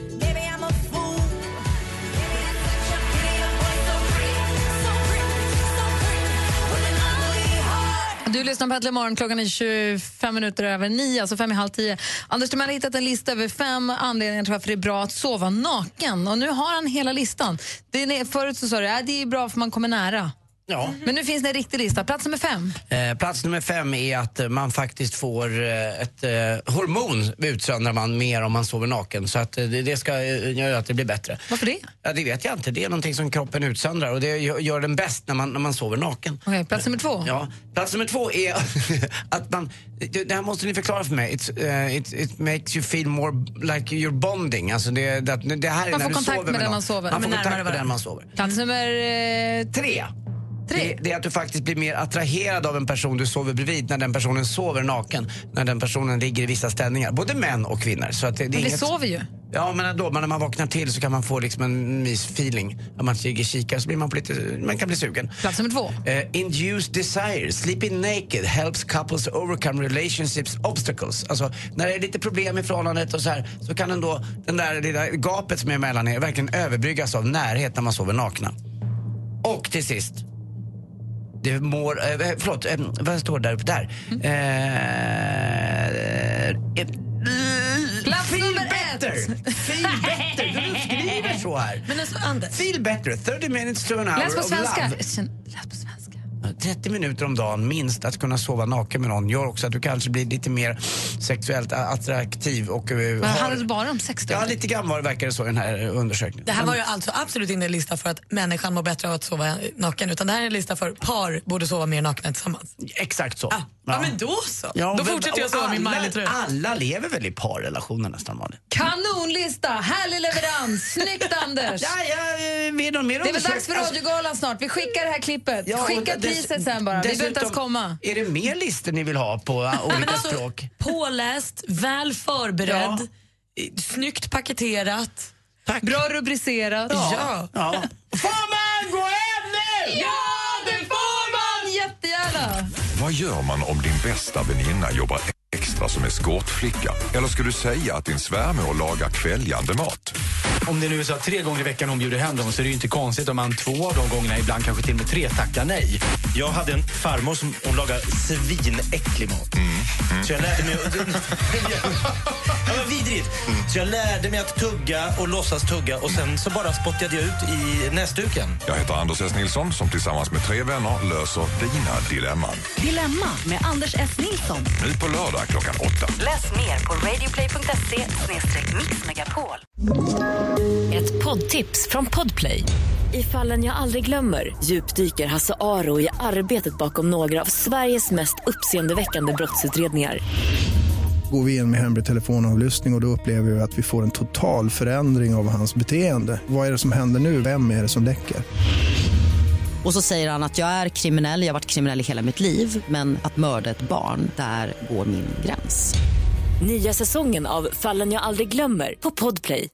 Du lyssnar på Äntligen morgon, klockan är tjugofem minuter över nio, alltså fem i halv tio. Anders Timell har hittat en lista över fem anledningar till varför det är bra att sova naken. Och nu har han hela listan. Det är, förut så sa du att det är bra för man kommer nära. Ja. Men nu finns det en riktig lista. Plats nummer fem. Eh, plats nummer fem är att man faktiskt får eh, ett eh, hormon utsöndrar man mer om man sover naken. Så att eh, det ska eh, göra att det blir bättre. Varför det? Ja, det vet jag inte. Det är någonting som kroppen utsöndrar och det gör, gör den bäst när man, när man sover naken. Okej, okay, plats nummer två. Ja, plats nummer två är att man, det, det här måste ni förklara för mig. It's, uh, it, it makes you feel more like you're bonding. Alltså det, det, det här är man när får du kontakt sover med den man sover. Man får Men kontakt med den man sover. Plats nummer eh, tre. Tre. Det, det är att du faktiskt blir mer attraherad av en person du sover bredvid när den personen sover naken. När den personen ligger i vissa ställningar. Både män och kvinnor. Så att det, det men vi inget... sover ju. Ja, men ändå, men när man vaknar till så kan man få liksom en mysfeeling. Om man ligger kikar så blir man på lite, man kan bli sugen. Plats nummer två. Uh, induced desire, sleeping naked helps couples overcome relationships obstacles. Alltså, när det är lite problem i förhållandet och så här, så kan ändå den där lilla gapet som är mellan er verkligen överbryggas av närhet när man sover nakna. Och till sist, det mår, eh, förlåt, eh, vad står det där? Där. Mm. Eh, eh, Plats feel nummer better. ett. Feel better. Du skriver så här. Men alltså, Anders. Feel better. thirty minutes to an hour Läs på of svenska. love. Läs på svenska. trettio minuter om dagen minst att kunna sova naken med någon gör också att du kanske blir lite mer sexuellt attraktiv. Och, uh, men har... handlar det bara om sex då? Ja, lite grann var det verkar det så i den här undersökningen. Det här var ju alltså absolut inte en lista för att människan mår bättre av att sova naken, utan det här är en lista för par borde sova mer nakna tillsammans. Exakt så. Ah, ja. ja, men då så. Ja, då fortsätter jag sova min Miley-tröja. Alla lever väl i parrelationer nästan vanligt. Kanonlista, härlig leverans, snyggt Anders. Ja, ja, vi är nog mer det är väl dags för radiogalan snart. Vi skickar det här klippet. Ja, Skicka priset sen bara. Vi behöver inte ens komma. Är det mer listor ni vill ha på olika alltså, språk? Påläst, väl förberedd, ja. Snyggt paketerat. Tack. Bra rubricerat. Ja. ja. ja. Får man gå hem nu? Ja, det får man! Jättegärna. Vad gör man om din bästa väninna jobbar extra som eskortflicka? Eller ska du säga att din svärmor lagar kväljande mat? Om det nu är så att tre gånger i veckan hon bjuder hem dem så är det ju inte konstigt om man två av de gångerna, ibland kanske till och med tre, tackar nej. Jag hade en farmor som hon lagar svinäcklig mat. Mm. Mm. Så jag lärde mig att... ja, men vidrigt. Mm. Så jag lärde mig att tugga och låtsas tugga och sen så bara spottade jag ut i näsduken. Jag heter Anders S. Nilsson som tillsammans med tre vänner löser dina dilemman. Dilemma med Anders S. Nilsson. Nu på lördag klockan åtta. Läs mer på radioplay punkt se slash mixmegapol. Ett poddtips från Podplay. I Fallen jag aldrig glömmer djupdyker Hasse Aro i arbetet bakom några av Sveriges mest uppseendeväckande brottsutredningar. Går vi in med hemlig telefonavlyssning och, och då upplever vi att vi får en total förändring av hans beteende. Vad är det som händer nu? Vem är det som läcker? Och så säger han att jag är kriminell, jag har varit kriminell i hela mitt liv, men att mörda ett barn, där går min gräns. Nya säsongen av Fallen jag aldrig glömmer på Podplay.